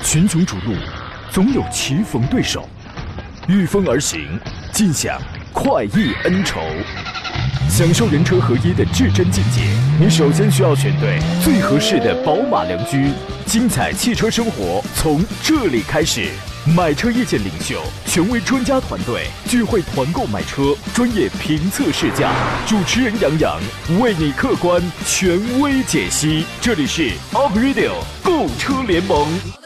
群雄逐鹿，总有棋逢对手，御风而行，尽享快意恩仇。享受人车合一的至臻境界，你首先需要选对最合适的宝马良驹。精彩汽车生活从这里开始。买车意见领袖，权威专家团队聚会团购买车，专业评测试驾，主持人杨洋为你客观权威解析。这里是 Up Radio 购车联盟。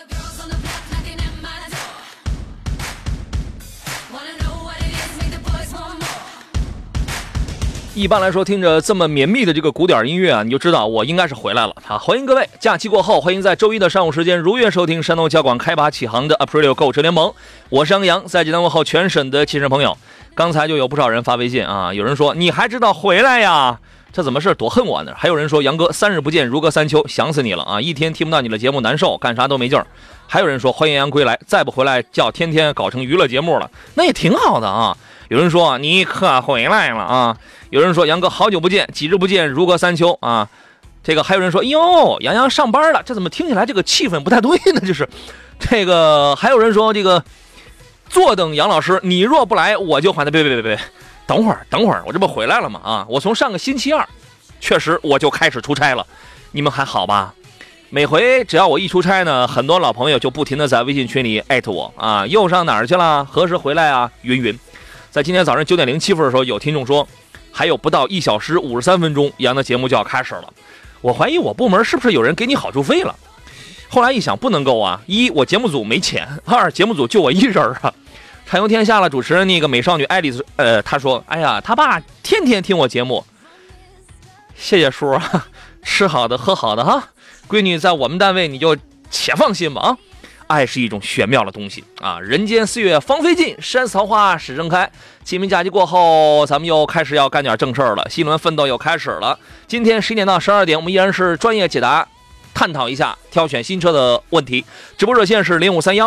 一般来说，听着这么绵密的这个古典音乐啊，你就知道我应该是回来了啊！欢迎各位，假期过后，欢迎在周一的上午时间如约收听山东交广开拔启航的 April 购车联盟。我是杨洋，在济南问候全省的亲人朋友。刚才就有不少人发微信啊，有人说你还知道回来呀？这怎么是多恨我呢？还有人说杨哥3日不见如隔3秋，想死你了啊！一天听不到你的节目难受，干啥都没劲儿。还有人说欢迎杨归来，再不回来叫天天搞成娱乐节目了，那也挺好的啊。有人说你可回来了啊。有人说杨哥好久不见，几日不见如隔3秋啊。这个还有人说哟，杨洋上班了，这怎么听起来这个气氛不太对呢？就是这个还有人说这个坐等杨老师，你若不来我就还他。别，等会儿，我这不回来了吗？啊，我从上个星期二确实我就开始出差了。你们还好吧？每回只要我一出差呢，很多老朋友就不停的在微信群里艾特我啊，又上哪儿去了？何时回来啊？云。在今天早上9点07分的时候，有听众说还有不到1小时53分钟，杨的节目就要开始了。我怀疑我部门是不是有人给你好处费了？后来一想，不能够啊！一，我节目组没钱；二，节目组就我一人啊。畅游天下了主持人那个美少女爱丽丝，她说：“哎呀，她爸天天听我节目。”谢谢叔啊，吃好的喝好的哈。闺女在我们单位你就且放心吧啊。爱是一种玄妙的东西啊！人间四月芳菲尽，山寺桃花始盛开。清明假期过后，咱们又开始要干点正事儿了，新轮奋斗又开始了。今天11点到12点，我们依然是专业解答，探讨一下挑选新车的问题。直播热线是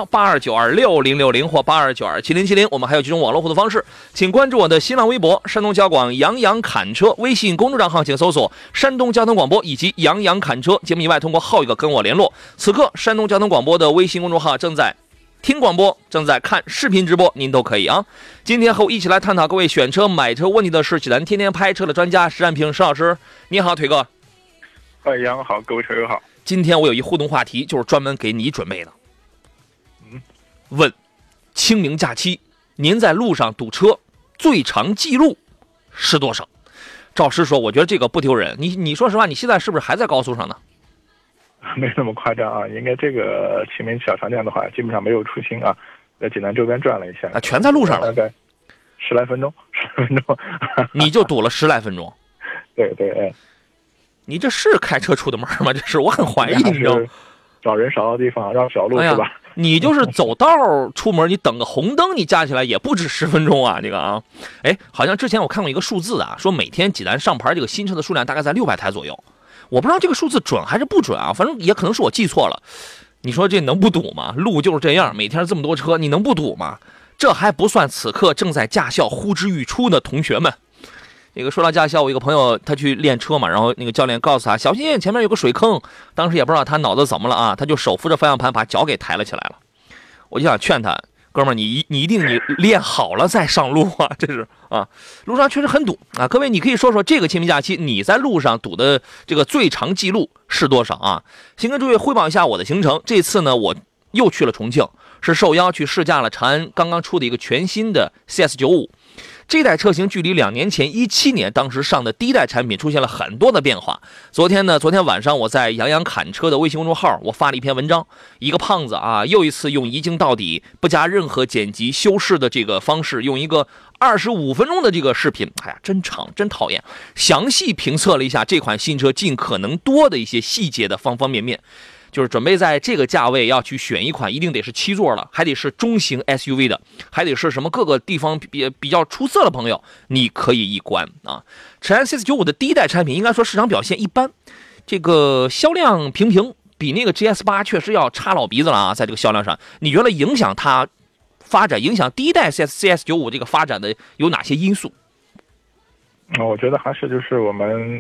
053182926060或82927070。我们还有几种网络互动方式，请关注我的新浪微博山东交广杨洋侃车，微信公众账号请搜索山东交通广播以及杨洋侃车。节目以外通过后一个跟我联络。此刻山东交通广播的微信公众号正在听广播，正在看视频直播，您都可以啊。今天和我一起来探讨各位选车买车问题的是济南天天拍车的专家石占平石老师。你好，腿哥。 杨好，各位车友好。 今天我有一互动话题，就是专门给你准备的。问清明假期您在路上堵车最长记录是多少？赵师说，我觉得这个不丢人。你说实话，你现在是不是还在高速上呢？ 没那么夸张啊，应该这个清明小长假的话，基本上没有出行啊，在济南周边转了一下啊，全在路上了， 大概10来分钟， 你就堵了10来分钟。 对， 你这是开车出的门吗？这是我很怀疑，你知道吗？ 找人少的地方绕小路是吧？ 你就是走道出门，你等个红灯，你加起来也不止10分钟啊，这个啊，好像之前我看过一个数字啊，说每天济南上牌这个新车的数量大概在600台左右。我不知道这个数字准还是不准啊，反正也可能是我记错了。你说这能不堵吗？路就是这样，每天这么多车，你能不堵吗？这还不算此刻正在驾校呼之欲出的同学们。那个说到驾校，我一个朋友他去练车嘛，然后那个教练告诉他小心前面有个水坑，当时也不知道他脑子怎么了啊，他就手扶着方向盘把脚给抬了起来了。我就想劝他，哥们儿，你一定练好了再上路啊，这是啊，路上确实很堵啊。各位，你可以说说这个清明假期你在路上堵的这个最长记录是多少啊？先跟诸位汇报一下我的行程。这次呢，我又去了重庆，是受邀去试驾了长安刚刚出的一个全新的 CS95。这代车型距离2年前17年当时上的第一代产品出现了很多的变化。昨天晚上我在杨洋侃车的微信公众号，我发了一篇文章，一个胖子啊，又一次用一镜到底不加任何剪辑修饰的这个方式，用一个25分钟的这个视频，哎呀，真长，真讨厌，详细评测了一下这款新车尽可能多的一些细节的方方面面。就是准备在这个价位要去选一款一定得是7座了，还得是中型 SUV 的，还得是什么各个地方比较出色的朋友，你可以一观啊。长安 CS95 的第一代产品应该说市场表现一般，这个销量平平，比那个 GS8 确实要差老鼻子了啊。在这个销量上，你觉得影响它发展，影响第一代 CS95 这个发展的有哪些因素？ 我觉得还是就是我们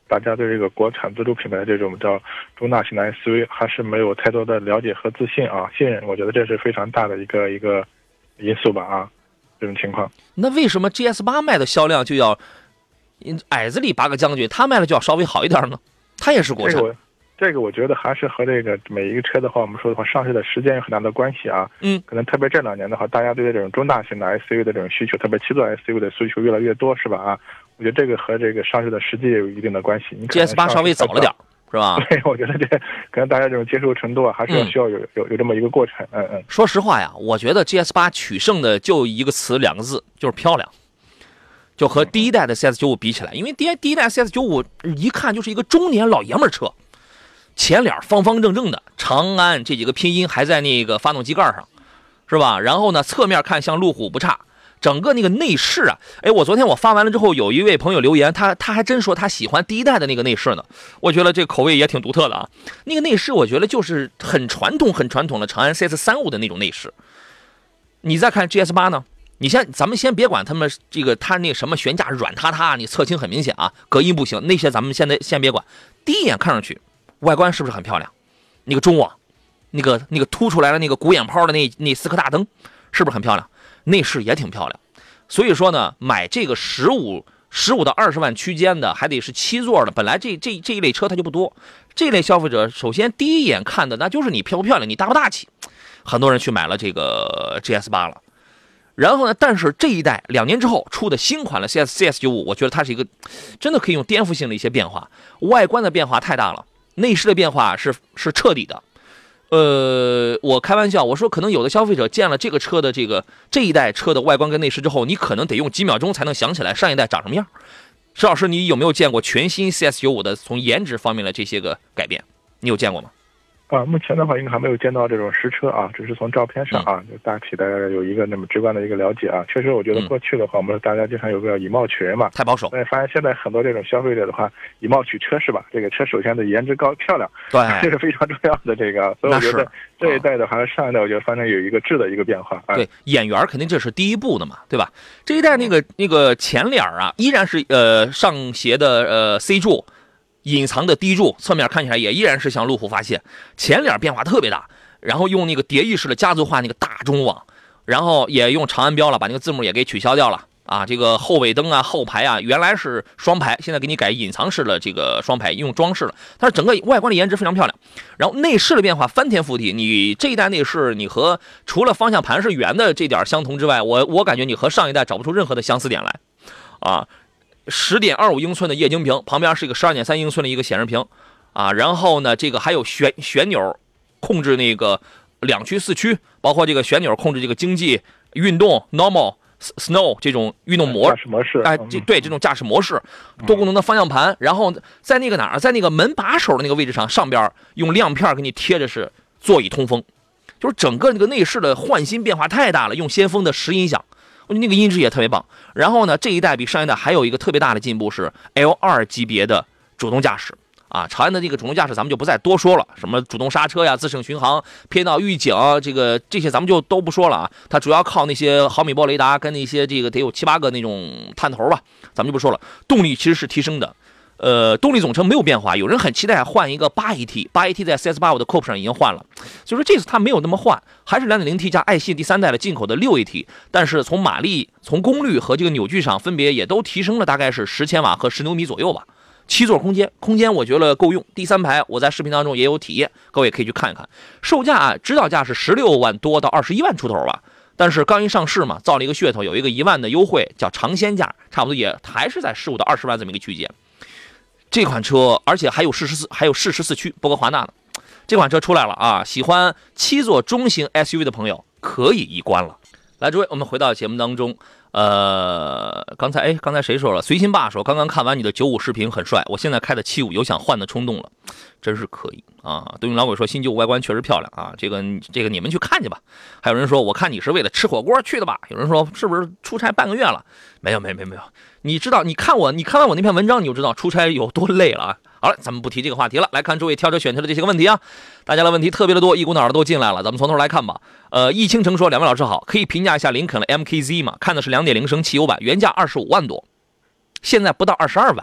大家对这个国产自主品牌的这种叫中大型的 SUV 还是没有太多的了解和自信啊，信任，我觉得这是非常大的一个因素吧啊，这种情况。 那为什么 GS8 卖的销量就要矮子里拔个将军，它卖的就要稍微好一点呢？它也是国产。 这个我觉得还是和这个每一个车的话，我们说的话，上市的时间有很大的关系啊。可能特别这2年的话，大家对这种中大型的 SUV 的这种需求，特别7座 SUV 的需求越来越多，是吧？啊，我觉得这个和这个上市的时机也有一定的关系。 GS8 稍微早了点，是吧？ 对，我觉得这可能大家这种接受程度啊，还是需要有这么一个过程。 说实话呀，我觉得 GS8 取胜的就一个词2个字，就是漂亮。就和第一代的 CS95 比起来，因为第一代 CS95 一看就是一个中年老爷们车。前脸方方正正的，长安这几个拼音还在那个发动机盖上，是吧？然后呢，侧面看像路虎不差，整个那个内饰啊，哎，我昨天我发完了之后，有一位朋友留言，他还真说他喜欢第一代的那个内饰呢。我觉得这口味也挺独特的啊。那个内饰我觉得就是很传统的长安 CS35 的那种内饰。你再看 GS8 呢，咱们先别管他们这个他那什么悬架软塌塌，你侧倾很明显啊，隔音不行，那些咱们先别管。第一眼看上去。外观是不是很漂亮？那个中网，那个凸出来的那个鼓眼泡的那4颗大灯，是不是很漂亮？内饰也挺漂亮。所以说呢，买这个15到20万区间的，还得是7座的。本来这一类车它就不多，这类消费者首先第一眼看的那就是你漂不漂亮，你大不大气。很多人去买了这个 GS8 了。然后呢，但是这一代2年之后出的新款的 CS95，我觉得它是一个真的可以用颠覆性的一些变化，外观的变化太大了。内饰的变化是彻底的，我开玩笑，我说可能有的消费者见了这个车的这一代车的外观跟内饰之后，你可能得用几秒钟才能想起来上一代长什么样。石老师，你有没有见过全新 CS95 的从颜值方面的这些个改变？你有见过吗？ 目前的话应该还没有见到这种实车啊，只是从照片上啊，就大体的有一个那么直观的一个了解啊。确实，我觉得过去的话，我们大家经常有个以貌取人嘛， 太保守。 但发现现在很多这种消费者的话，以貌取车是吧？这个车首先的颜值高漂亮， 对， 这是非常重要的这个。所以我觉得这一代的还是上一代，我觉得反正有一个质的一个变化。 对，眼缘肯定这是第一步的嘛，对吧？这一代那个前脸啊，依然是上斜的C 柱。隐藏的低柱，侧面看起来也依然是向路虎发现，前脸变化特别大，然后用那个蝶翼式的家族化那个大中网，然后也用长安标了，把那个字母也给取消掉了啊。这个后尾灯啊、后排啊，原来是双排，现在给你改隐藏式的这个双排，用装饰了。但是整个外观的颜值非常漂亮，然后内饰的变化翻天覆地。你这一代内饰，你和除了方向盘是圆的这点相同之外，我感觉你和上一代找不出任何的相似点来啊。10.25英寸的液晶屏，旁边是一个12.3英寸的一个显示屏，啊，然后呢，这个还有旋钮控制那个2驱4驱，包括这个旋钮控制这个经济、运动、Normal、Snow 这种运动模式，哎，对，这种驾驶模式，多功能的方向盘，然后在那个在那个门把手的那个位置上，上边用亮片给你贴着是座椅通风，就是整个那个内饰的换新变化太大了，用先锋的10音响。我觉得那个音质也特别棒。然后呢，这一代比上一代还有一个特别大的进步是 L2 级别的主动驾驶啊。长安的这个主动驾驶咱们就不再多说了，什么主动刹车呀、自适应巡航、偏道预警，这些咱们就都不说了啊。它主要靠那些毫米波雷达跟那些这个得有7、8个那种探头吧，咱们就不说了。动力其实是提升的。动力总成没有变化，有人很期待换一个8AT 在 CS85 的 Coupe 上已经换了，所以说这次它没有那么换，还是 2.0T 加爱信第3代的进口的6AT，但是从马力、从功率和这个扭矩上分别也都提升了大概是10千瓦和10牛米左右吧。7座空间我觉得够用，第3排我在视频当中也有体验，各位可以去看一看。售价指导价是16万多到21万出头吧，但是刚一上市嘛，造了一个噱头，有一个1万的优惠，叫尝鲜价，差不多也还是在15到20万这么一个区间。这款车而且还有适时四驱，波格华纳的这款车出来了啊！喜欢7座中型 SUV 的朋友可以一观了。来，诸位，我们回到节目当中。刚才谁说了？随心爸说，刚刚看完你的95视频很帅，我现在开的75有想换的冲动了，真是可以啊！东云老鬼说新旧外观确实漂亮啊，这个你们去看去吧。还有人说，我看你是为了吃火锅去的吧？有人说是不是出差半个月了？没有。你知道，你看完我那篇文章，你就知道出差有多累了啊！好了，咱们不提这个话题了，来看诸位挑车选车的这些个问题啊，大家的问题特别的多，一股脑的都进来了，咱们从头来看吧。易倾城说，两位老师好，可以评价一下林肯的 MKZ 吗？看的是2.0升汽油版，原价25万多，现在不到22万，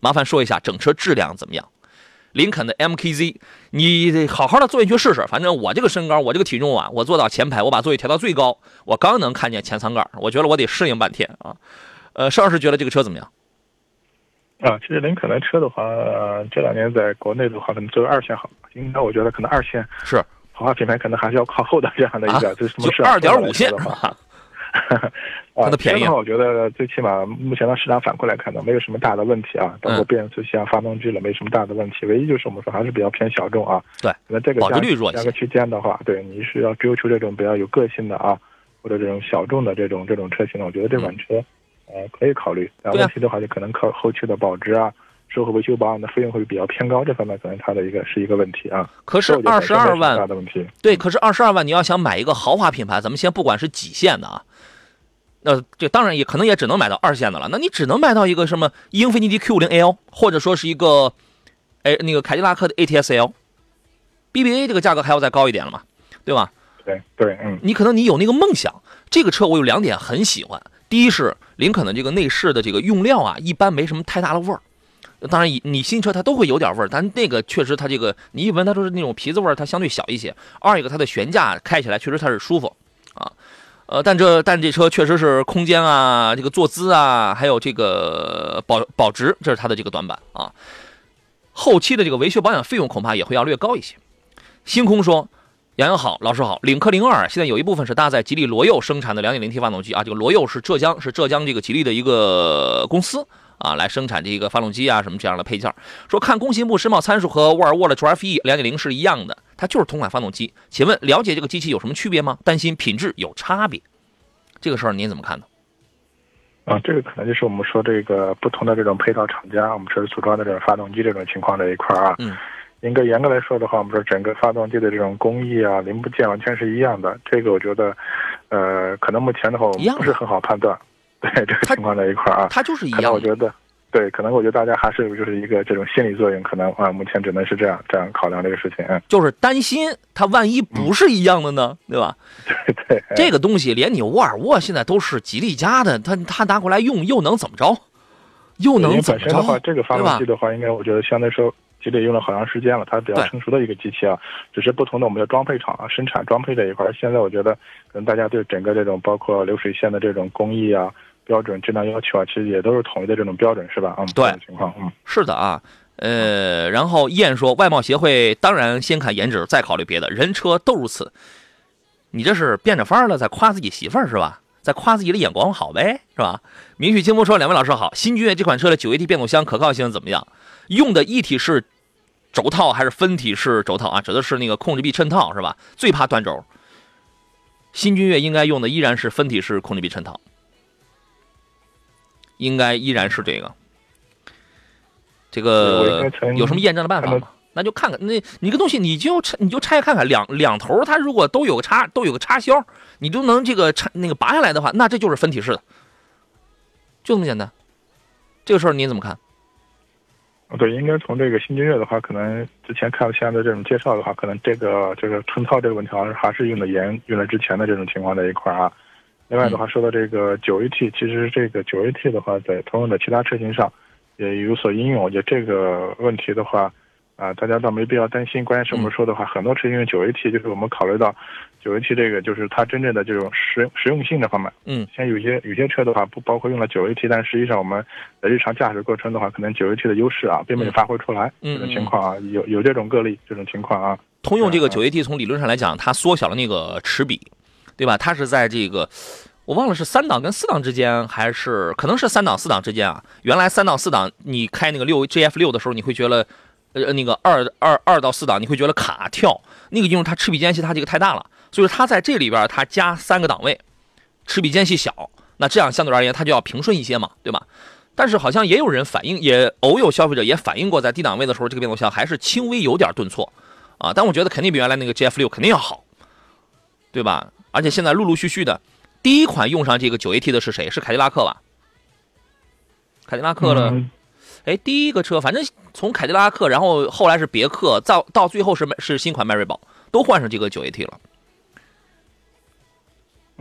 麻烦说一下整车质量怎么样？林肯的 MKZ， 你得好好的坐进去试试。反正我这个身高，我这个体重啊，我坐到前排，我把座椅调到最高，我刚能看见前舱盖，我觉得我得适应半天啊。邵老师觉得这个车怎么样？ 其实林肯的车的话，这2年在国内的话，可能作为2线好，应该我觉得可能2线是豪华品牌，可能还是要靠后的这样的一个，就是 2.5线的话。它的便宜， 我觉得最起码目前的市场反馈来看呢，没有什么大的问题啊，包括变速箱、发动机了，没什么大的问题。唯一就是我们说还是比较偏小众啊。 对， 那这个保值率弱一些。 价格区间的话，对，你是要追求这种比较有个性的啊，或者这种小众的这种车型呢，我觉得这款车可以考虑。但问题的话，就可能靠后期的保值啊。售后维修保养的费用会比较偏高，这方面可能它的是一个问题啊。 可是22万大的问题， 对，可是22万你要想买一个豪华品牌，咱们先不管是几线的啊，这当然也可能也只能买到2线的了。那你只能买到一个什么英菲尼迪 Q50L， 或者说是一个那个凯迪拉克的 ATS-L，BBA 这个价格还要再高一点了嘛，对吧？ 对， 你可能你有那个梦想。这个车我有2点很喜欢，第一是林肯的这个内饰的这个用料啊，一般没什么太大的味儿。当然，你新车它都会有点味儿，但那个确实它这个你一闻它都是那种皮子味儿，它相对小一些。2一个它的悬架开起来确实它是舒服啊，但这车确实是空间啊，这个坐姿啊，还有这个保值，这是它的这个短板啊。后期的这个维修保养费用恐怕也会要略高一些。星空说：“杨洋好，老师好，领克02现在有一部分是搭载吉利罗佑生产的 2.0T 发动机啊，这个罗佑是浙江这个吉利的一个公司。”来生产这个发动机啊，什么这样的配件。说看工信部时贸参数和沃尔沃的 Drive-E 2.0是一样的，它就是同款发动机。请问了解这个机器有什么区别吗？担心品质有差别，这个事儿您怎么看呢？ 这个可能就是我们说这个不同的这种配套厂家，我们说组装的这种发动机这种情况这一块啊。应该严格来说的话，我们说整个发动机的这种工艺啊、零部件完全是一样的。这个我觉得，可能目前的话我们不是很好判断。对这个情况在一块啊， 它就是一样。 我觉得，对，可能我觉得大家还是就是一个这种心理作用，可能目前只能是这样考量这个事情。 就是担心它万一不是一样的呢，对吧？ 对， 这个东西连你沃尔沃现在都是吉利家的，它拿过来用又能怎么着？又能怎么着？ 本身的话，这个发动机的话，应该我觉得相对说吉利用了好长时间了，它比较成熟的一个机器啊，只是不同的我们的装配厂啊，生产装配这一块，现在我觉得可能大家对整个这种包括流水线的这种工艺啊。标准质量要求啊，其实也都是统一的这种标准，是吧？ 对， 这种情况， 是的啊。然后燕说，外贸协会当然先看颜值，再考虑别的，人车都如此。你这是变着法儿了，在夸自己媳妇儿是吧？在夸自己的眼光好呗，是吧？明旭清风说，两位老师好，新君越这款车的9AT变速箱可靠性怎么样？用的一体式轴套还是分体式轴套啊？指的是那个控制臂衬套是吧？最怕断轴。新君越应该用的依然是分体式控制臂衬套。应该依然是这个有什么验证的办法吗？那就看看那你个东西你就拆看看两头它如果都有个插销，你都能这个拔下来的话，那这就是分体式的，就这么简单。这个事儿您怎么看？ 对，应该从这个新君越的话，可能之前看了现在的这种介绍的话，可能这个衬套这个问题还是用了之前的这种情况在一块啊。另外的话，说到这个9AT，其实这个9AT的话，在通用的其他车型上也有所应用。我觉得这个问题的话，大家倒没必要担心。关键是我们说的话，很多车型用9AT，就是我们考虑到9AT这个就是它真正的这种实用性这方面。像有些车的话，不包括用了9AT，但实际上我们在日常驾驶过程的话，可能9AT的优势啊，并没有发挥出来。这种情况啊，有这种个例，这种情况啊。 通用这个9AT从理论上来讲，它缩小了那个齿比。对吧？它是在这个，我忘了是3档跟4档之间，还是可能是3档4档之间啊？原来3档4档，你开那个GF6的时候，你会觉得，那个2到4档，你会觉得卡跳，那个因为它齿比间隙它这个太大了，所以它在这里边它加3个档位，齿比间隙小，那这样相对而言它就要平顺一些嘛，对吧？但是好像也有人反映，也偶有消费者也反映过，在低档位的时候，这个变速箱还是轻微有点顿挫啊，但我觉得肯定比原来那个 GF6 肯定要好，对吧？而且现在陆陆续续的，第一款用上这个9AT的是谁？是凯迪拉克吧？凯迪拉克了，第一个车，反正从凯迪拉克，然后后来是别克，到最后是新款迈锐宝，都换上这个9AT 了。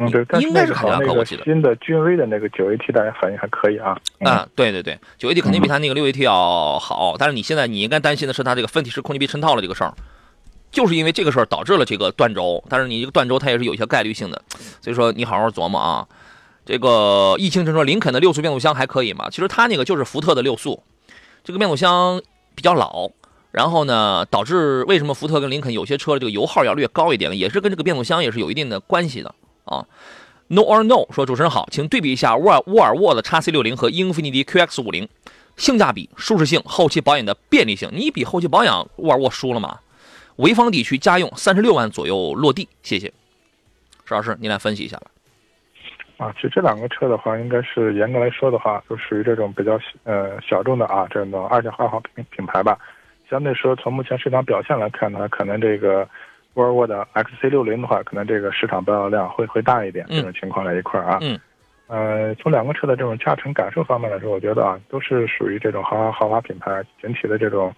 对， 应该是凯迪拉克，我记得。 新的君威的那个9AT，大家反应还可以啊。 对对对，9AT 肯定比它那个6AT 要好，但是你现在你应该担心的是它这个分体式空气臂衬套了这个事儿。就是因为这个事儿导致了这个断轴，但是你这个断轴它也是有一些概率性的，所以说你好好琢磨啊。这个疫情之说林肯的6速变速箱还可以嘛？其实它那个就是福特的6速，这个变速箱比较老，然后呢导致为什么福特跟林肯有些车这个油耗要略高一点，也是跟这个变速箱也是有一定的关系的啊。No or No 说主持人好，请对比一下沃尔沃的 XC60 和英菲尼迪 QX50， 性价比、舒适性、后期保养的便利性，你比后期保养沃尔沃输了吗？潍坊地区家用36万左右落地，谢谢石老师，您来分析一下吧。 其实这两个车的话，应该是严格来说的话，就属于这种比较小众的这种2线号品牌吧。相对说，从目前市场表现来看呢，可能这个沃尔沃的 XC60 的话，可能这个市场保有量会大一点，这种情况在一块啊。从两个车的这种驾乘感受方面来说，我觉得都是属于这种豪华品牌整体的这种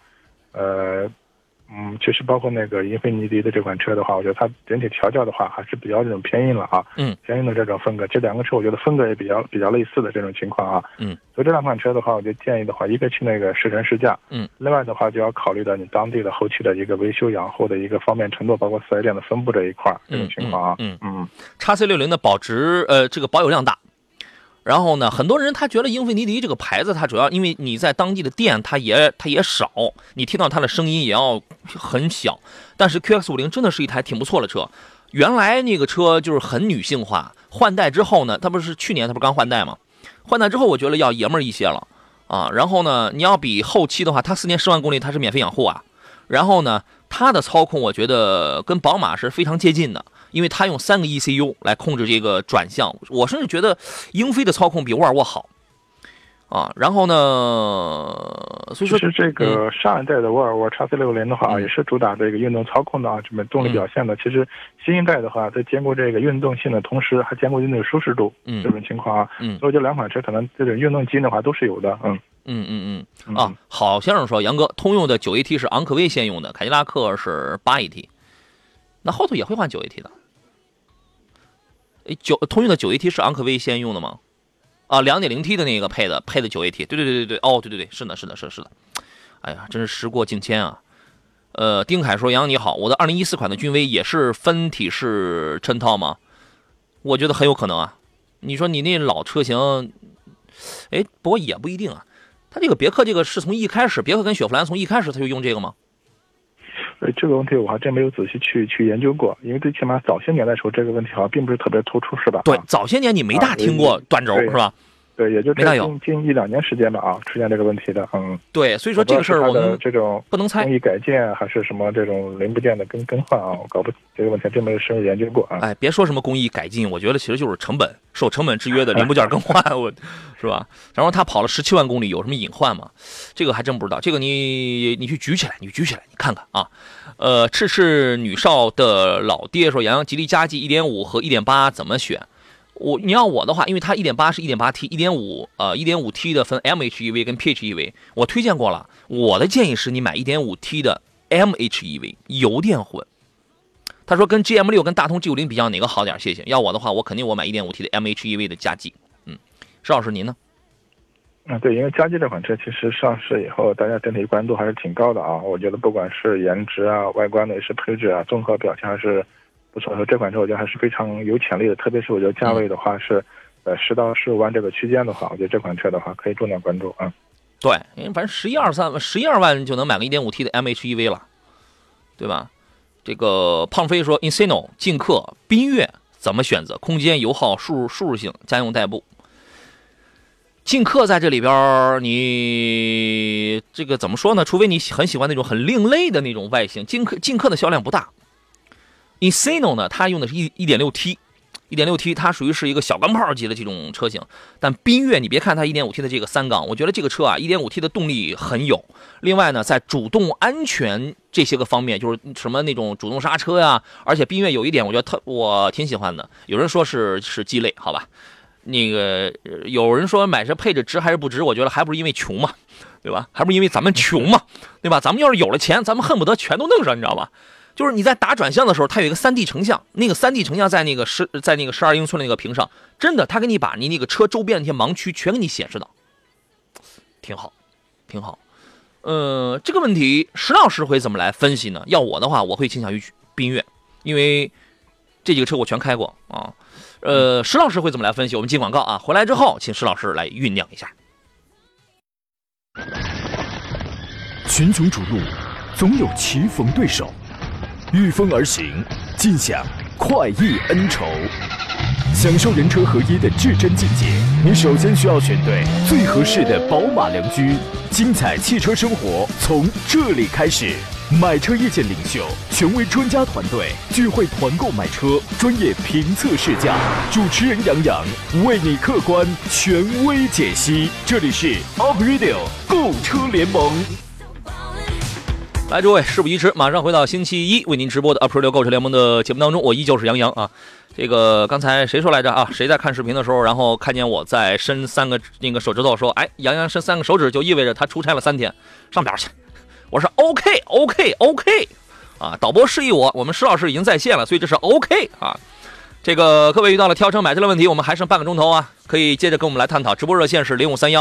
其实包括那个英菲尼迪的这款车的话，我觉得它整体调教的话还是比较这种偏硬了啊，偏硬的这种风格。这两个车我觉得风格也比较类似的这种情况啊，所以这两款车的话，我就建议的话，一个去那个试乘试驾，另外的话就要考虑到你当地的后期的一个维修养护的一个方便程度，包括4S店的分布这一块这种情况啊。 XC60的保值这个保有量大。然后呢，很多人他觉得英菲尼迪这个牌子，它主要因为你在当地的店它也少，你听到它的声音也要很小。但是 QX50 真的是一台挺不错的车，原来那个车就是很女性化，换代之后呢，它不是去年它不是刚换代吗？换代之后我觉得要爷们儿一些了啊。然后呢，你要比后期的话，它4年10万公里它是免费养护啊。然后呢，它的操控我觉得跟宝马是非常接近的。因为它用3个 ECU 来控制这个转向，我甚至觉得英菲的操控比沃尔沃好啊。然后呢，所以说其实这个上一代的沃尔沃 XC60 的话，也是主打这个运动操控的啊，这么动力表现的。其实新一代的话，在兼顾这个运动性的同时，还兼顾那个舒适度这种情况啊。所以这两款车可能这种运动基因的话都是有的。 好先生说，杨哥，通用的9AT 是昂科威先用的，凯迪拉克是8AT， 那后头也会换9AT 的。通用的9AT 是昂科威先用的吗？2.0T 的那个配的9AT， 对，哦，对，是的。哎呀，真是时过境迁啊。丁凯说，杨你好，我的2014款的君威也是分体式衬套吗？我觉得很有可能啊。你说你那老车型，不过也不一定啊。他这个别克这个是从一开始，别克跟雪佛兰从一开始他就用这个吗？ 这个问题我还真没有仔细去研究过，因为最起码早些年的时候，这个问题好像并不是特别突出，是吧？ 对，早些年你没大听过断轴，是吧？ 对，也就近1-2年时间吧出现这个问题的。 对，所以说这个事儿我们这种不能猜， 工艺改建还是什么这种零部件的更换啊，我搞不这个问题真没有深入研究过啊。 别说什么工艺改进，我觉得其实就是受成本制约的零部件更换，是吧？然后他跑了17万公里，有什么隐患吗？这个还真不知道。这个你去举起来，你看看啊。赤女少的老爹说，杨吉利嘉际 1.5 和 1.8 怎么选？你要我的话，因为它1.8是 1.8T， 1.5T 的分 MHEV 跟 PHEV， 我推荐过了。我的建议是你买 1.5T 的 MHEV 油电混。他说跟 GM6 跟大通 G50 比较哪个好点？谢谢。要我的话，我肯定买 1.5T 的 MHEV 的嘉际。石老师您呢？ 对，因为嘉际这款车其实上市以后，大家整体关注还是挺高的啊。我觉得不管是颜值啊、外观的也是配置啊，综合表现还是不错。这款车我觉得还是非常有潜力的，特别是我觉得价位的话是10到15万这个区间的话，我觉得这款车的话可以重点关注啊。 对，因为反正11-12万就能买个 1.5T 的 MHEV 了，对吧？这个胖飞说 Insino、劲客、缤越怎么选择？空间、油耗、舒适性、家用代步。劲客在这里边，你这个怎么说呢？除非你很喜欢那种很另类的那种外形，劲客的销量不大。Insino 呢，它用的是 1.6T，它属于是一个小钢炮级的这种车型。但缤越，你别看它 1.5T 的这个3缸，我觉得这个车啊 1.5T 的动力很有。另外呢，在主动安全这些个方面，就是什么那种主动刹车呀，而且缤越有一点，我觉得我挺喜欢的。有人说是鸡肋，好吧？那个有人说买这配置值还是不值？我觉得还不是因为穷嘛，对吧？还不是因为咱们穷嘛，对吧？咱们要是有了钱，咱们恨不得全都弄上，你知道吧？ 就是你在打转向的时候，它有一个3D 成像，那个3D 成像在那个12英寸的那个屏上，真的，它给你把你那个车周边的一些盲区全给你显示到，挺好，挺好。这个问题石老师会怎么来分析呢？要我的话，我会倾向于缤越，因为这几个车我全开过啊。石老师会怎么来分析？我们进广告啊，回来之后请石老师来酝酿一下。 群雄逐鹿，总有棋逢对手，御风而行，尽享快意恩仇。享受人车合一的至臻境界，你首先需要选对最合适的宝马良驹。精彩汽车生活从这里开始。买车意见领袖，权威专家团队聚会团购买车，专业评测试驾，主持人杨洋为你客观权威解析。这里是 Up Radio 购车联盟。 来，诸位，事不宜迟，马上回到星期一为您直播的 Up Radio 购车联盟的节目当中，我依旧是杨洋啊。这个刚才谁说来着啊？谁在看视频的时候，然后看见我在伸3个那个手指头，说，哎，杨洋伸3个手指就意味着他出差了3天，上边去。我说 OK 啊，导播示意我们石老师已经在线了，所以这是 OK 啊。这个各位遇到了挑车买车的问题，我们还剩半个钟头啊，可以接着跟我们来探讨。直播热线是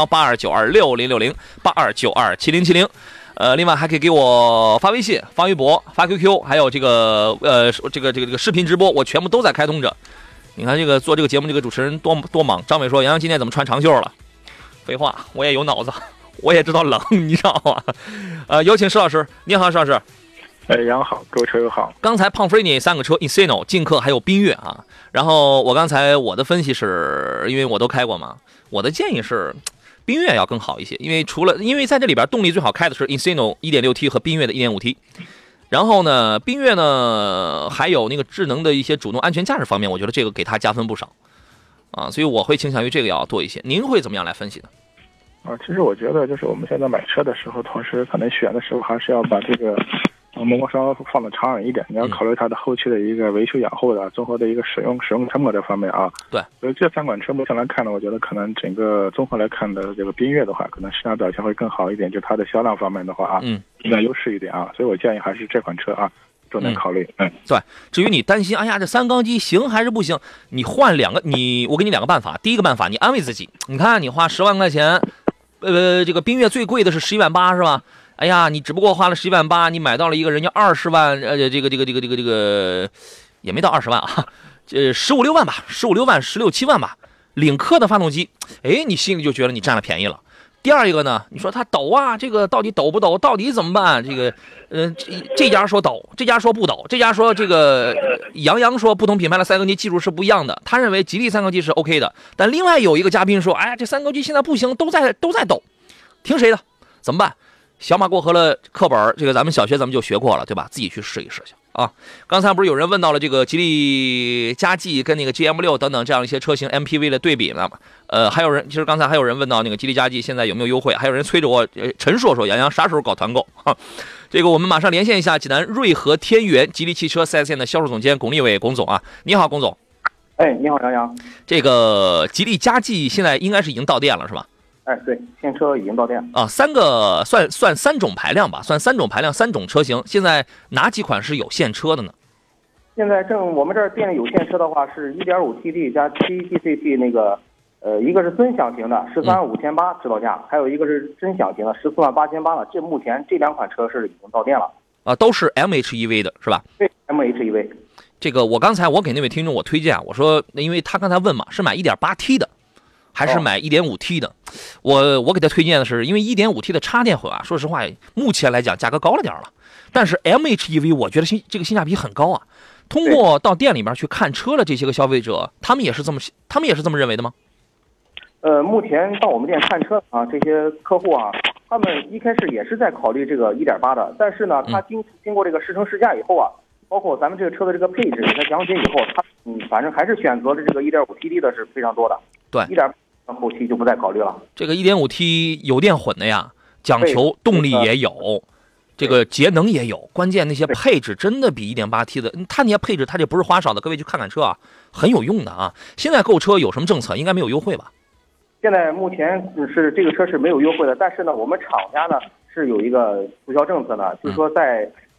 05318292606082927070。另外还可以给我发微信、发微博、发 QQ， 还有这个视频直播，我全部都在开通着。你看这个做这个节目这个主持人多忙。张伟说：“杨洋今天怎么穿长袖了？”废话，我也有脑子，我也知道冷，你知道吗？有请石老师。你好，石老师。 杨好，各位车友好。 刚才胖飞你3个车 ，Insino、劲客还有缤越啊。然后我的分析是，因为我都开过嘛，我的建议是。缤越要更好一些，因为在这里边动力最好开的是 Insino 1.6T 和缤越的 1.5T， 然后呢，缤越呢还有那个智能的一些主动安全驾驶方面，我觉得这个给它加分不少啊，所以我会倾向于这个要多一些。您会怎么样来分析呢？ 其实我觉得就是我们现在买车的时候，同时可能选的时候还是要把这个目光稍微放得长远一点，你要考虑它的后期的一个维修养护的综合的一个使用成本这方面啊。对，所以这3款车目前来看呢，我觉得可能整个综合来看的这个缤越的话，可能市场表现会更好一点，就它的销量方面的话啊，更加优势一点啊。所以我建议还是这款车啊重点考虑。 对。至于你担心，哎呀，这3缸机行还是不行？你换我给你2个办法。第一个办法，你安慰自己，你看你花10万块钱，这个缤越最贵的是11.8万是吧？哎呀，你只不过花了11.8万，你买到了一个人家20万，这个也没到20万啊，15、16万吧，15、16万，16、17万吧，领克的发动机，哎，你心里就觉得你占了便宜了。第二一个呢，你说它抖啊，这个到底抖不抖？到底怎么办？这个，这家说抖，这家说不抖，这家说这个杨说不同品牌的3缸机技术是不一样的，他认为吉利3缸机是 OK 的，但另外有一个嘉宾说，哎，这3缸机现在不行，都在抖，听谁的？怎么办？小马过河了课本，这个咱们小学咱们就学过了，对吧？自己去试一试去啊！刚才不是有人问到了这个吉利嘉际跟那个 GM6 等等这样一些车型 MPV 的对比呢？其实刚才还有人问到那个吉利嘉际现在有没有优惠，还有人催着我陈硕说杨洋啥时候搞团购哈？这个我们马上连线一下济南瑞和天元吉利汽车 4S 店的销售总监龚立伟龚总啊，你好，龚总。 你好，杨洋。 这个吉利嘉际现在应该是已经到店了是吧？ 对，现车已经到店啊，3个算3种排量吧，算3种排量3种车型。现在哪几款是有现车的呢？ 现在我们这儿店里有现车的话是 1.5TD 加 7GCT 那个，一个是尊享型的135800指导价，还有一个是尊享型的148800的。目前这2款车是已经到店了啊，都是 MHEV 的是吧？ 对 ，MHEV。 这个我刚才给那位听众我推荐，我说因为他刚才问嘛，是买 1.8T 的。还是买 1.5T 的，我给他推荐的是，因为 1.5T 的插电混啊，说实话，目前来讲价格高了点了，但是 MHEV 我觉得这个性价比很高啊。通过到店里面去看车的这些个消费者，他们也是这么认为的吗？ 目前到我们店看车啊，这些客户啊，他们一开始也是在考虑这个 1.8的，但是呢，他经过这个试乘试驾以后啊，包括咱们这个车的这个配置给他讲解以后，他反正还是选择了这个 1.5TD 的是非常多的。对，1.8后期就不再考虑了。这个 1.5T 油电混的呀，讲求动力也有，这个节能也有，关键那些配置真的比 1.8T 的，它那些配置它就不是花哨的，各位去看看车啊，很有用的啊。现在购车有什么政策？应该没有优惠吧？ 现在目前是这个车是没有优惠的，但是呢，我们厂家呢是有一个促销政策呢，就是说在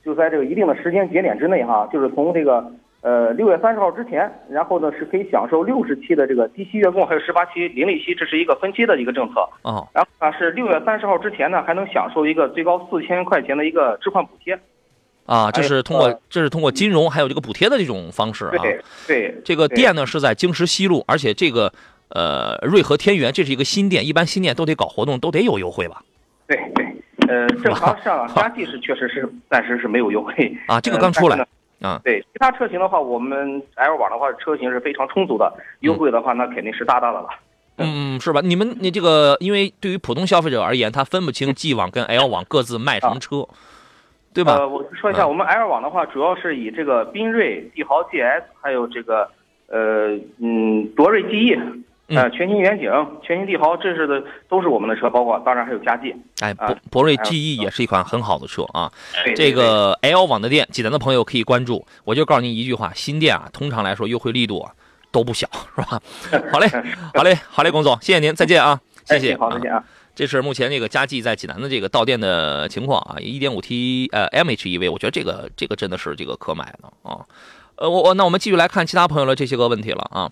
就在这个一定的时间节点之内哈，就是从这个6月30号之前，然后呢是可以享受60期的这个低息月供，还有18期零利息，这是一个分期的一个政策。然后呢是6月30号之前呢，还能享受一个最高4000块钱的一个置换补贴。 这是通过金融还有这个补贴的这种方式啊。 对， 这个店呢是在京石西路，而且这个瑞和天元这是一个新店，一般新店都得搞活动，都得有优惠吧？ 对，正常上佳绩是确实是暂时是没有优惠啊，这个刚出来啊。 对，其他车型的话，我们 L 网的话车型是非常充足的，优惠的话那肯定是大的了。 是吧？你这个，因为对于普通消费者而言，他分不清 G 网跟 L 网各自卖什么车。对吧？ 我说一下，我们 L 网的话，主要是以这个缤瑞、帝豪 GS， 还有这个夺瑞 GE， 全新远景、全新帝豪，这是的都是我们的车，包括当然还有佳绩。 博瑞 GE 也是一款很好的车啊。这个 L 网的店，济南的朋友可以关注。我就告诉您一句话，新店啊，通常来说优惠力度啊都不小，是吧？好嘞，龚总，谢谢您，再见啊，谢谢， 好，再见啊。 这是目前这个佳绩在济南的这个到店的情况啊，1.5T MHEV， 我觉得这个真的是这个可买的啊。那我们继续来看其他朋友的这些个问题了啊。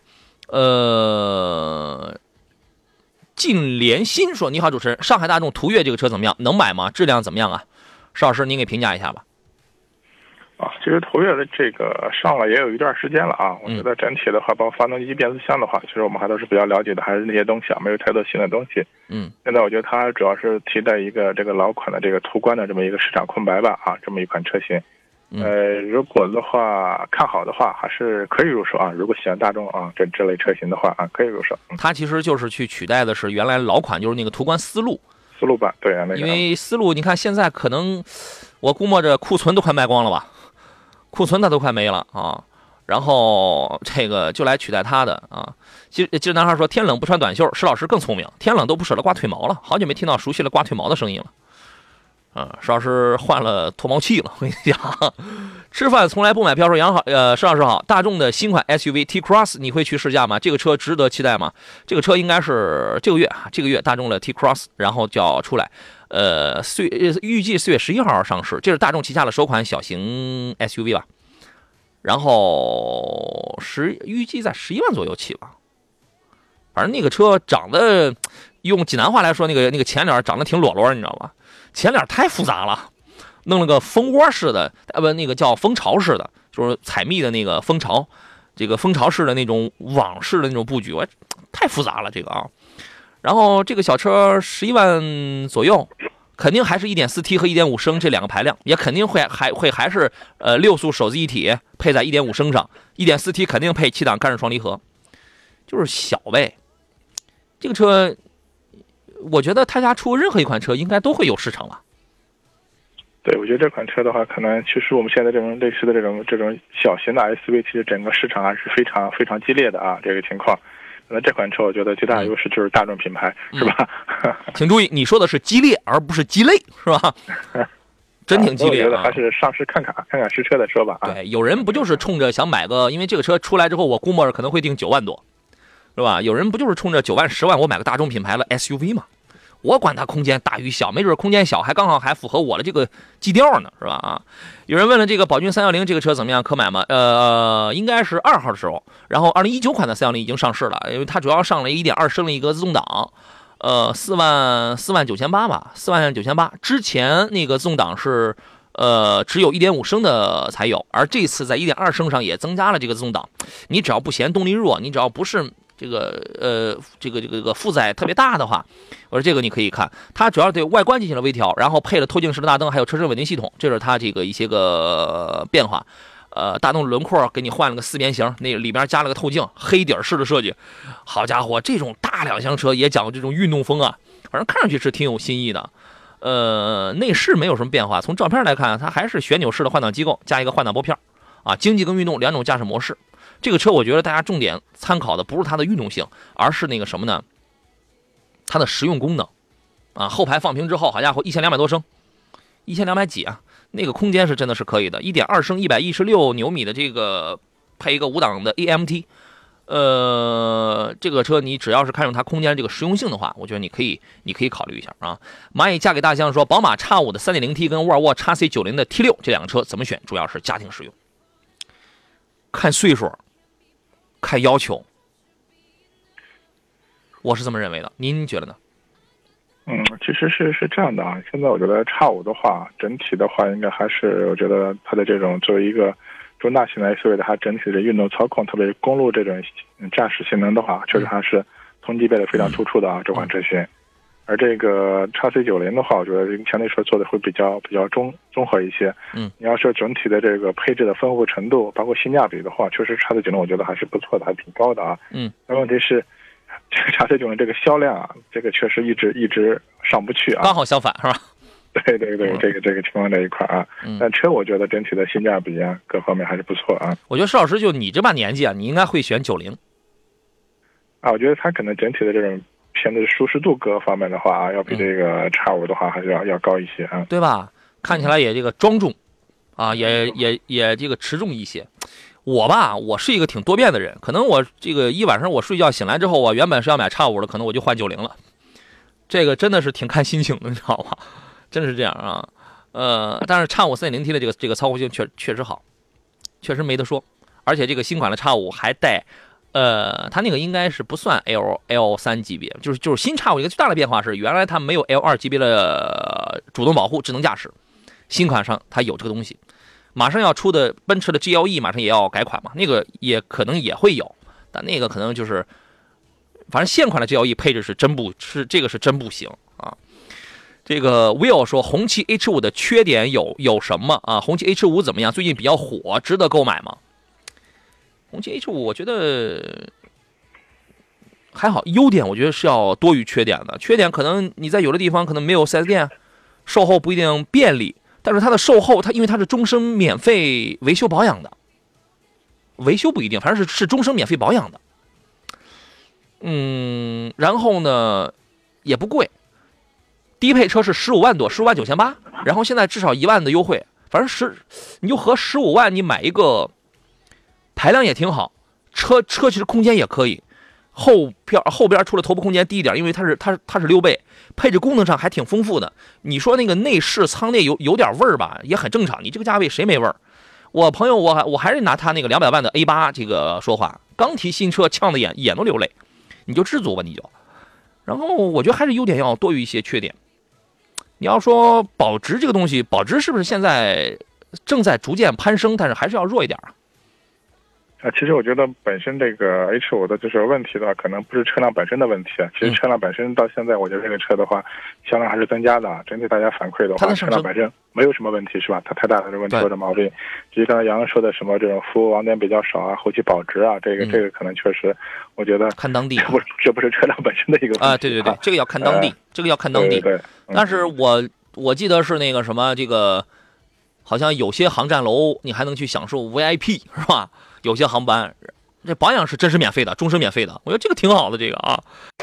靳连新说：“你好，主持人，上海大众途岳这个车怎么样？能买吗？质量怎么样啊？邵老师，您给评价一下吧。” 其实途岳的这个上了也有一段时间了啊，我觉得整体的话，包括发动机、变速箱的话，其实我们还都是比较了解的，还是那些东西啊，没有太多新的东西。现在我觉得它主要是替代一个这个老款的这个途观的这么一个市场空白吧啊，这么一款车型。如果的话看好的话，还是可以入手啊。如果喜欢大众啊这类车型的话啊，可以入手。 它其实就是去取代的是原来老款，就是那个途观思路版，对啊，那个。 因为思路你看现在可能我估摸着库存都快卖光了吧。库存它都快没了啊，然后这个就来取代它的啊。其实男孩说天冷不穿短袖，石老师更聪明，天冷都不舍得刮腿毛了，好久没听到熟悉的刮腿毛的声音了。石老师换了脱毛器了，我跟你讲。吃饭从来不买票说杨好，石老师好，大众的新款 SUV T Cross 你会去试驾吗？这个车值得期待吗？这个车应该是这个月大众的 T Cross 然后就要出来。预计4月11号上市，这是大众旗下的首款小型 SUV 吧，然后预计在11万左右起吧。反正那个车长得，用济南话来说，那个前脸长得挺裸裸，你知道吧？前脸太复杂了，弄了个蜂窝式的，那个叫蜂巢式的，就是采蜜的那个蜂巢，这个蜂巢式的那种网式的那种布局，太复杂了这个啊。然后这个小车11万左右，肯定还是 1.4T 和 1.5升这两个排量，也肯定还是6速手自一体配在 1.5升上， 1.4T 肯定配7档干式双离合，就是小呗。这个车我觉得他家出任何一款车应该都会有市场吧。 对，我觉得这款车的话，可能其实我们现在这种类似的这种小型的 SUV， 其实整个市场还是非常非常激烈的啊，这个情况。那这款车我觉得最大的优势就是大众品牌，是吧？ 请注意，你说的是激烈而不是鸡肋，是吧？真挺激烈的， 还是上市看看实车再说吧。 对，有人不就是冲着想买个，因为这个车出来之后，我估摸着可能会定9万多，是吧？有人不就是冲着9万10万我买个大众品牌的 SUV 吗？我管它空间大与小，没准空间小还刚好还符合我的这个基调呢，是吧？啊，有人问了这个宝骏310这个车怎么样，可买吗？应该是2号的时候，然后2019款的310已经上市了，因为它主要上了1.2升的一个自动挡，4万9千8吧，4万9千8。之前那个自动挡是只有1.5升的才有，而这次在1.2升上也增加了这个自动挡。你只要不嫌动力弱，你只要不是这个负载特别大的话，我说这个你可以看，它主要对外观进行了微调，然后配了透镜式的大灯，还有车身稳定系统，这是它这个一些个变化。大灯轮廓给你换了个4边形，那里边加了个透镜，黑底式的设计。好家伙，这种大两厢车也讲这种运动风啊，反正看上去是挺有新意的。内饰没有什么变化，从照片来看，它还是旋钮式的换挡机构加一个换挡拨片啊，经济跟运动两种驾驶模式。这个车我觉得大家重点参考的不是它的运动性，而是那个什么呢？它的实用功能啊。后排放平之后，好家伙，1200多升，1200几啊，那个空间是真的是可以的。1.2升116牛米的这个配一个5档的 AMT， 这个车你只要是看中它空间这个实用性的话，我觉得你可以考虑一下啊。蚂蚁嫁给大象说，宝马 X5 的 3.0T 跟沃尔沃 XC90 的 T6 这两个车怎么选？主要是家庭使用，看岁数，看要求，我是这么认为的。您觉得呢？ 其实是这样的啊。现在我觉得 X5 的话，整体的话应该还是我觉得它的这种作为一个中大型的 SUV 的，它整体的运动操控，特别是公路这种驾驶性能的话，确实还是同级别的非常突出的啊，这款车型。而这个 XC90 的话，我觉得相对来说做的会比较综合一些。你要说整体的这个配置的丰富程度，包括性价比的话，确实 XC90 我觉得还是不错的，还挺高的啊。但问题是，这个 XC90 这个销量啊，这个确实一直上不去啊。 刚好相反是吧？ 对，这个情况这一块啊，但车我觉得整体的性价比啊，各方面还是不错啊。 我觉得施老师就你这把年纪啊，你应该会选90 啊。我觉得它可能整体的这种偏的舒适度各方面的话啊，要比这个 X5 的话还是要高一些啊， 对吧？看起来也这个庄重啊，也这个持重一些。我是一个挺多变的人，可能我这个一晚上我睡觉醒来之后，我原本是要买 X5 的，可能我就换90了。这个真的是挺看心情的，你知道吗？真是这样啊。但是 X5 3.0T 的这个操控性确实好，确实没得说。而且这个新款的 X5 还带它那个应该是不算 L3 级别，就是新 X5 一个最大的变化是，原来它没有 L2 级别的主动保护智能驾驶，新款上它有这个东西。马上要出的奔驰的 GLE 马上也要改款嘛，那个也可能也会有，但那个可能就是，反正现款的 GLE 配置是真不行啊。这个 Will 说，红旗 H5 的缺点有什么啊？红旗 H5 怎么样？最近比较火，值得购买吗？红旗 H5 我觉得还好，优点我觉得是要多于缺点的。缺点可能你在有的地方可能没有 4S 店，售后不一定便利，但是它的售后因为它是终身免费维修保养的，维修不一定，反正是终身免费保养的。然后呢也不贵。低配车是15万多，15万9800，然后现在至少1万的优惠，反正你就合15万，你买一个排量也挺好，车其实空间也可以，后边除了头部空间低一点，因为它是6倍，配置功能上还挺丰富的。你说那个内饰舱内有点味儿吧，也很正常，你这个价位谁没味儿？我朋友我还是拿他那个200万的 A8 这个说话，刚提新车呛得眼都流泪，你就知足吧你就。然后我觉得还是优点要多于一些缺点。你要说保值这个东西，保值是不是现在正在逐渐攀升，但是还是要弱一点啊？ 其实我觉得本身这个 H5 的就是问题的话，可能不是车辆本身的问题。其实车辆本身到现在，我觉得这个车的话，销量还是增加的。整体大家反馈的话，车辆本身没有什么问题，是吧？它太大的问题或者毛病，至于刚才杨洋说的什么这种服务网点比较少啊，后期保值啊，这个可能确实，我觉得看当地， 这不是车辆本身的一个问题啊。对，这个要看当地，这个要看当地。 对。 但是我记得是那个什么，这个好像有些航站楼你还能去享受 VIP 是吧？有些航班这保养是真是免费的，终身免费的，我觉得这个挺好的，这个啊。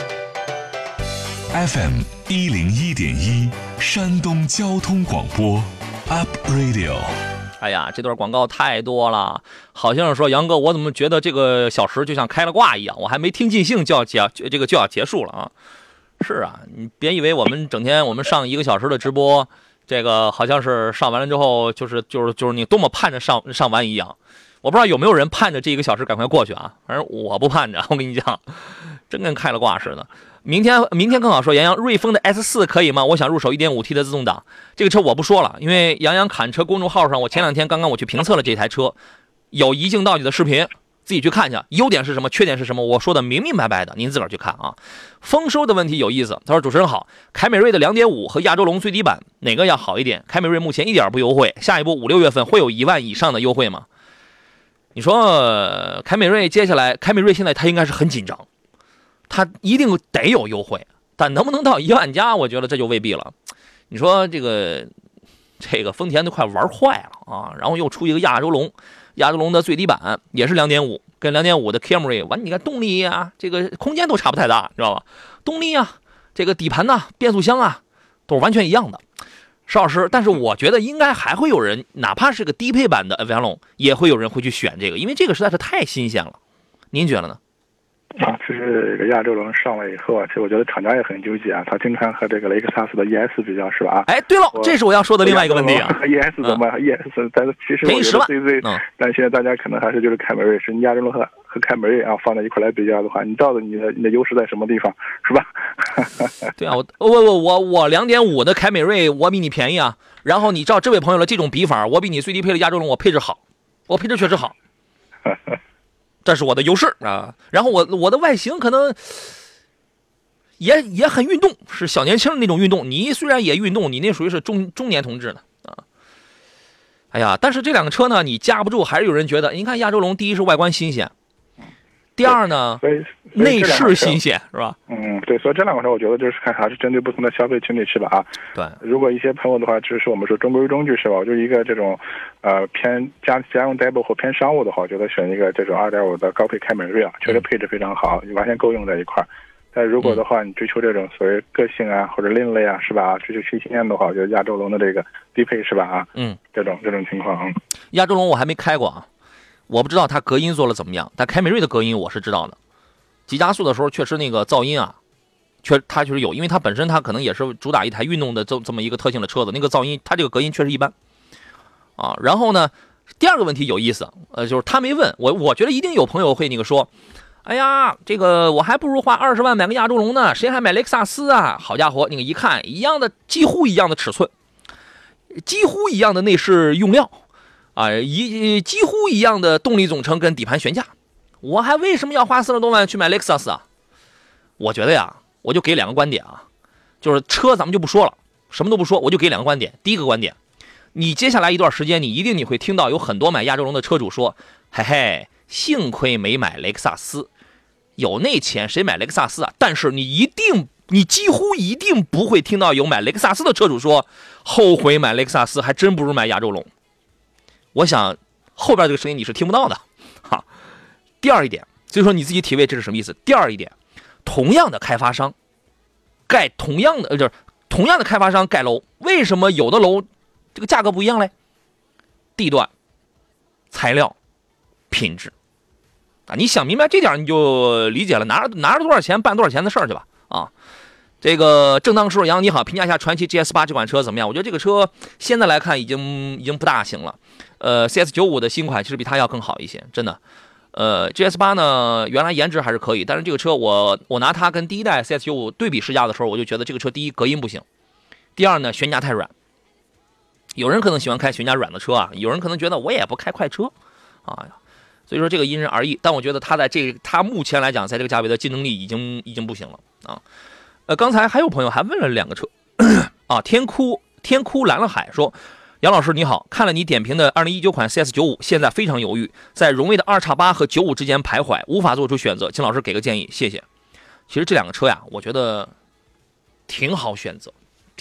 FM 101.1山东交通广播 Up Radio。 哎呀，这段广告太多了，好像是说杨哥，我怎么觉得这个小时就像开了挂一样，我还没听尽兴就要结束了啊。是啊，你别以为我们整天上1个小时的直播，这个好像是上完了之后就是你多么盼着上完一样。我不知道有没有人盼着这1个小时赶快过去啊，反正我不盼着，我跟你讲，真跟开了挂似的。明天更好说，杨洋，瑞风的 S4 可以吗？我想入手 1.5T 的自动挡。这个车我不说了，因为杨洋侃车公众号上，我前2天刚刚我去评测了这台车，有一镜到底的视频，自己去看去，优点是什么，缺点是什么，我说的明明白白的，您自个儿去看啊。丰收的问题有意思，他说主持人好，凯美瑞的 2.5 和亚洲龙最低版哪个要好一点？凯美瑞目前一点不优惠，下一步5、6月份会有1万以上的优惠吗？你说凯美瑞接下来，凯美瑞现在它应该是很紧张，它一定得有优惠，但能不能到1万加，我觉得这就未必了。你说这个丰田都快玩坏了啊，然后又出一个亚洲龙的最低版也是 2.5， 跟 2.5 的 Camry 完，你看动力啊，这个空间都差不太大，知道吧？动力啊，这个底盘呐、变速箱啊，都是完全一样的。石老师，但是我觉得应该还会有人，哪怕是个低配版的 Avalon， 也会有人会去选这个，因为这个实在是太新鲜了。您觉得呢？ 其实这个亚洲龙上来以后啊，其实我觉得厂家也很纠结啊，他经常和这个雷克萨斯的 ES 比较，是吧？ 哎，对了，这是我要说的另外一个问题啊。 和 ES 怎么？ES，但是其实我觉得最担心的大家可能还是就是凯美瑞，是你亚洲龙和凯美瑞啊放在一块来比较的话，你到底你的优势在什么地方，是吧？ 对啊，我2.5的凯美瑞我比你便宜啊。然后你照这位朋友的这种比法，我比你最低配的亚洲龙我配置好，我配置确实好。这是我的优势啊，然后我的外形可能也很运动，是小年轻的那种运动。你虽然也运动，你那属于是中年同志呢啊。哎呀，但是这两个车呢，你架不住还是有人觉得，你看亚洲龙，第一是外观新鲜，第二呢，内饰新鲜，是吧？ 对，所以这两款车我觉得就是看还是针对不同的消费群体去吧啊。 对， 如果一些朋友的话，就是我们说中规中矩是吧？就是一个这种偏家用代步或偏商务的话，我觉得选一个这种2.5的高配凯美瑞啊，确实配置非常好，完全够用在一块儿。但如果的话，你追求这种所谓个性啊或者另类啊，是吧？追求新鲜的话，我觉得亚洲龙的这个低配是吧啊？这种情况。 亚洲龙我还没开过啊，我不知道它隔音做了怎么样，但凯美瑞的隔音我是知道的。急加速的时候确实那个噪音啊，它确实有，因为它本身它可能也是主打一台运动的这么一个特性的车子，那个噪音它这个隔音确实一般啊。然后呢，第二个问题有意思，就是他没问我觉得一定有朋友会那个说，哎呀，这个我还不如花20万买个亚洲龙呢，谁还买雷克萨斯啊？好家伙，那个一看一样的，几乎一样的尺寸，几乎一样的内饰用料啊，几乎一样的动力总成跟底盘悬架，我还为什么要花40多万去买雷克萨斯啊？我觉得呀，我就给两个观点啊，就是车咱们就不说了，什么都不说，我就给两个观点。第一个观点，你接下来一段时间，你会听到有很多买亚洲龙的车主说，嘿嘿，幸亏没买雷克萨斯，有那钱谁买雷克萨斯啊？但是你几乎一定不会听到有买雷克萨斯的车主说，后悔买雷克萨斯还真不如买亚洲龙。我想后边这个声音你是听不到的。哈，第二一点，所以说你自己体味这是什么意思？第二一点，同样的开发商盖同样的开发商盖楼，为什么有的楼这个价格不一样嘞？地段、材料、品质啊，你想明白这点你就理解了，拿着多少钱办多少钱的事儿去吧啊。这个正当时杨你好，评价一下传祺 GS8 这款车怎么样？我觉得这个车现在来看已经不大行了。CS95 的新款其实比它要更好一些，真的。GS8 呢，原来颜值还是可以，但是这个车我拿它跟第一代 CS95 对比试驾的时候，我就觉得这个车第一隔音不行，第二呢悬架太软。有人可能喜欢开悬架软的车啊，有人可能觉得我也不开快车啊，所以说这个因人而异。但我觉得它目前来讲，在这个价位的竞争力已经不行了啊。刚才还有朋友还问了两个车啊，天哭蓝了海说，杨老师你好，看了你点评的2019款 CS95， 现在非常犹豫，在荣威的2X8和95之间徘徊，无法做出选择，请老师给个建议，谢谢。其实这两个车呀，我觉得挺好选择。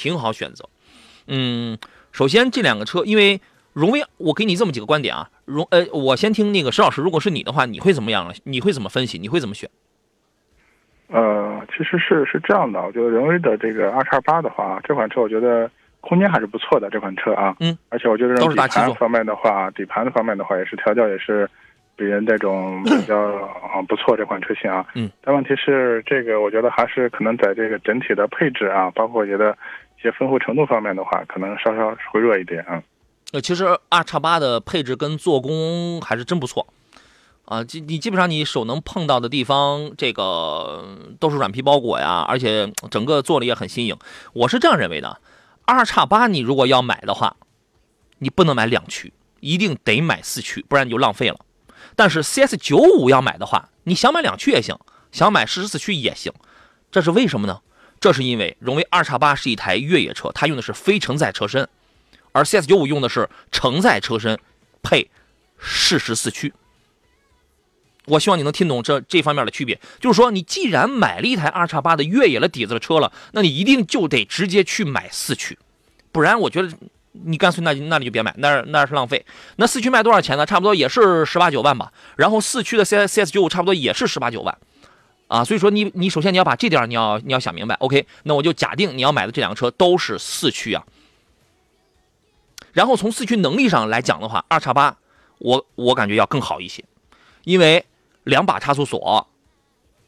首先这两个车，因为荣威，我给你这么几个观点啊。我先听那个石老师，如果是你的话，你会怎么样？你会怎么分析？你会怎么选？ 其实是这样的，我觉得荣威的这个2X8的话，这款车我觉得空间还是不错的，这款车啊，而且我觉得底盘方面的话，也是调教也是比人这种比较不错这款车型啊，但问题是这个我觉得还是可能在这个整体的配置啊，包括我觉得一些丰富程度方面的话，可能稍稍会弱一点啊。 其实2X8的配置跟做工还是真不错啊，你基本上你手能碰到的地方，这个都是软皮包裹呀，而且整个做的也很新颖。我是这样认为的，2X8你如果要买的话，你不能买2驱，一定得买4驱，不然你就浪费了。但是 CS95 要买的话，你想买2驱也行，想买14驱也行。这是为什么呢？这是因为荣威 2X8 是一台越野车，它用的是非承载车身，而 CS95 用的是承载车身配适时4驱。我希望你能听懂这方面的区别，就是说你既然买了一台2X8的越野的底子的车了，那你一定就得直接去买4驱，不然我觉得你干脆那你就别买，那是浪费。那4驱卖多少钱呢？差不多也是18、19万吧，然后4驱的 CS95 差不多也是18、19万啊。所以说你首先你要把这点你要想明白。 OK， 那我就假定你要买的这两个车都是4驱啊。然后从4驱能力上来讲的话，2X8我感觉要更好一些，因为2把差速锁，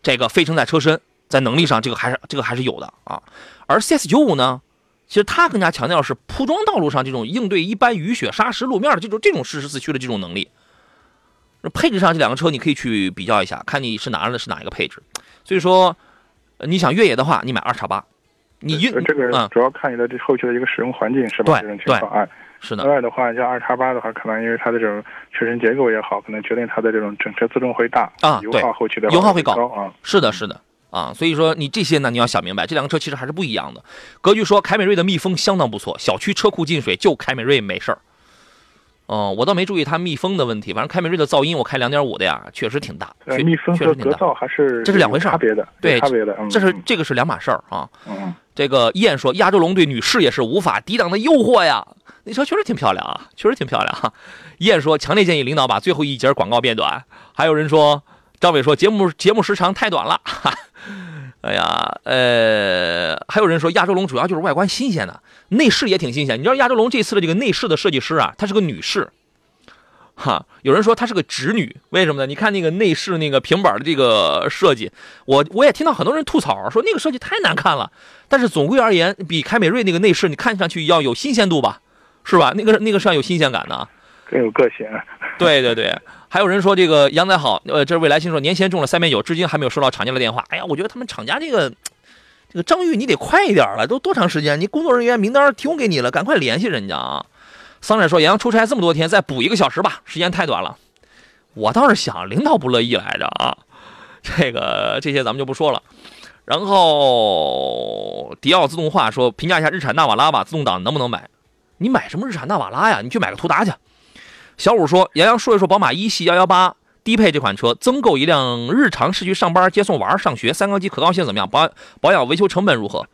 这个非承载车身在能力上这个还是有的啊。而 CS95 呢，其实它更加强调是铺装道路上这种应对一般雨雪沙石路面的这种适时四驱的这种能力。配置上这两个车你可以去比较一下，看你是拿的是哪一个配置。所以说你想越野的话，你买2x8。你这个主要看你的这后期的一个使用环境是吧？这种情况是的。 另外的话，像2x8的话，可能因为它的这种车身结构也好，可能决定它的这种整车自重会大油耗后期的油耗会高啊。 是的啊，所以说你这些呢，你要想明白，这两个车其实还是不一样的。格局说，凯美瑞的密封相当不错，小区车库进水就凯美瑞没事儿。我倒没注意它密封的问题，反正凯美瑞的噪音我开2.5的呀，确实挺大。 密封和隔噪还是这是两回事， 差别的， 对， 差别的。 这个是两码事儿啊。这个燕说，亚洲龙对女士也是无法抵挡的诱惑呀。那车确实挺漂亮啊，确实挺漂亮啊。燕说，强烈建议领导把最后一节广告变短。还有人说，张伟说节目时长太短了。哎呀，还有人说亚洲龙主要就是外观新鲜的，内饰也挺新鲜。你知道亚洲龙这次的这个内饰的设计师啊，她是个女士，有人说她是个直女，为什么呢？你看那个内饰那个平板的这个设计，我也听到很多人吐槽说那个设计太难看了，但是总归而言，比凯美瑞那个内饰你看上去要有新鲜度吧，是吧？那个是要有新鲜感的， 更有个性。 对。还有人说这个杨仔好，这是未来新说年前中了3.9，至今还没有收到厂家的电话。哎呀，我觉得他们厂家这个张玉你得快一点了，都多长时间？你工作人员名单提供给你了，赶快联系人家啊！桑冉说杨洋出差这么多天，再补1个小时吧，时间太短了。我倒是想领导不乐意来着啊，这些咱们就不说了。然后迪奥自动化说评价一下日产纳瓦拉吧，自动挡能不能买？你买什么日产纳瓦拉呀？你去买个途达去。小五说，杨洋说一说宝马一系118低配这款车，增购一辆日常市区上班接送娃上学，3缸机可靠性怎么样？保养维修成本如何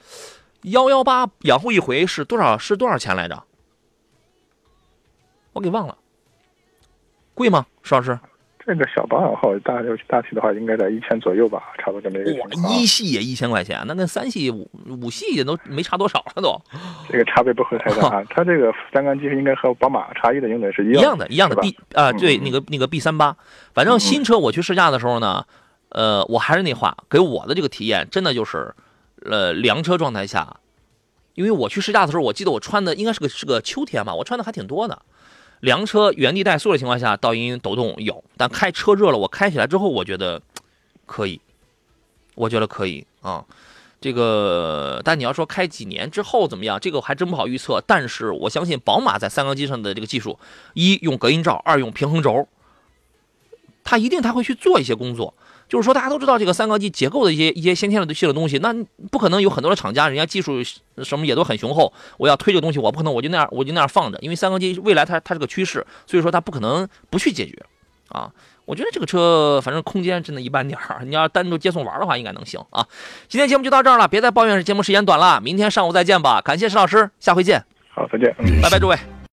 ？118养护一回是多少钱来着？我给忘了，贵吗？石老师？ 这个小保养后大体的话，应该在1000左右吧，差不多这么一个情况。 一系也1000块钱，那跟3系、5系也都没差多少了都。 这个差别不会太大。它这个3缸机应该和宝马X1的用的是一样的。 对，那个 B38，反正新车我去试驾的时候呢，我还是那话，给我的这个体验真的就是，凉车状态下，因为我去试驾的时候，我记得我穿的应该是个秋天吧，我穿的还挺多的。凉车原地怠速的情况下，噪音抖动有，但开车热了，我开起来之后，我觉得可以啊。这个，但你要说开几年之后怎么样，这个还真不好预测。但是我相信宝马在3缸机上的这个技术，一用隔音罩，二用平衡轴，它会去做一些工作。就是说，大家都知道这个3缸机结构的一些先天的性的东西，那不可能有很多的厂家，人家技术什么也都很雄厚。我要推这个东西，我不可能我就那样放着，因为3缸机未来它是个趋势，所以说它不可能不去解决啊。我觉得这个车反正空间真的一般点儿，你要单独接送玩的话，应该能行啊。今天节目就到这儿了，别再抱怨节目时间短了，明天上午再见吧。感谢石老师，下回见。 好，再见。 拜拜，诸位。